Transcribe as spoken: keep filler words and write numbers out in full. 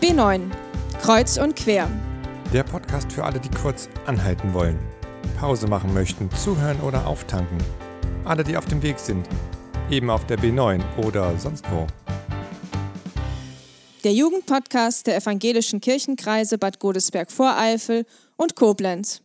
B neun, Kreuz und quer. Der Podcast für alle, die kurz anhalten wollen, Pause machen möchten, zuhören oder auftanken. Alle, die auf dem Weg sind, eben auf der B neun oder sonst wo. Der Jugendpodcast der evangelischen Kirchenkreise Bad Godesberg-Voreifel und Koblenz.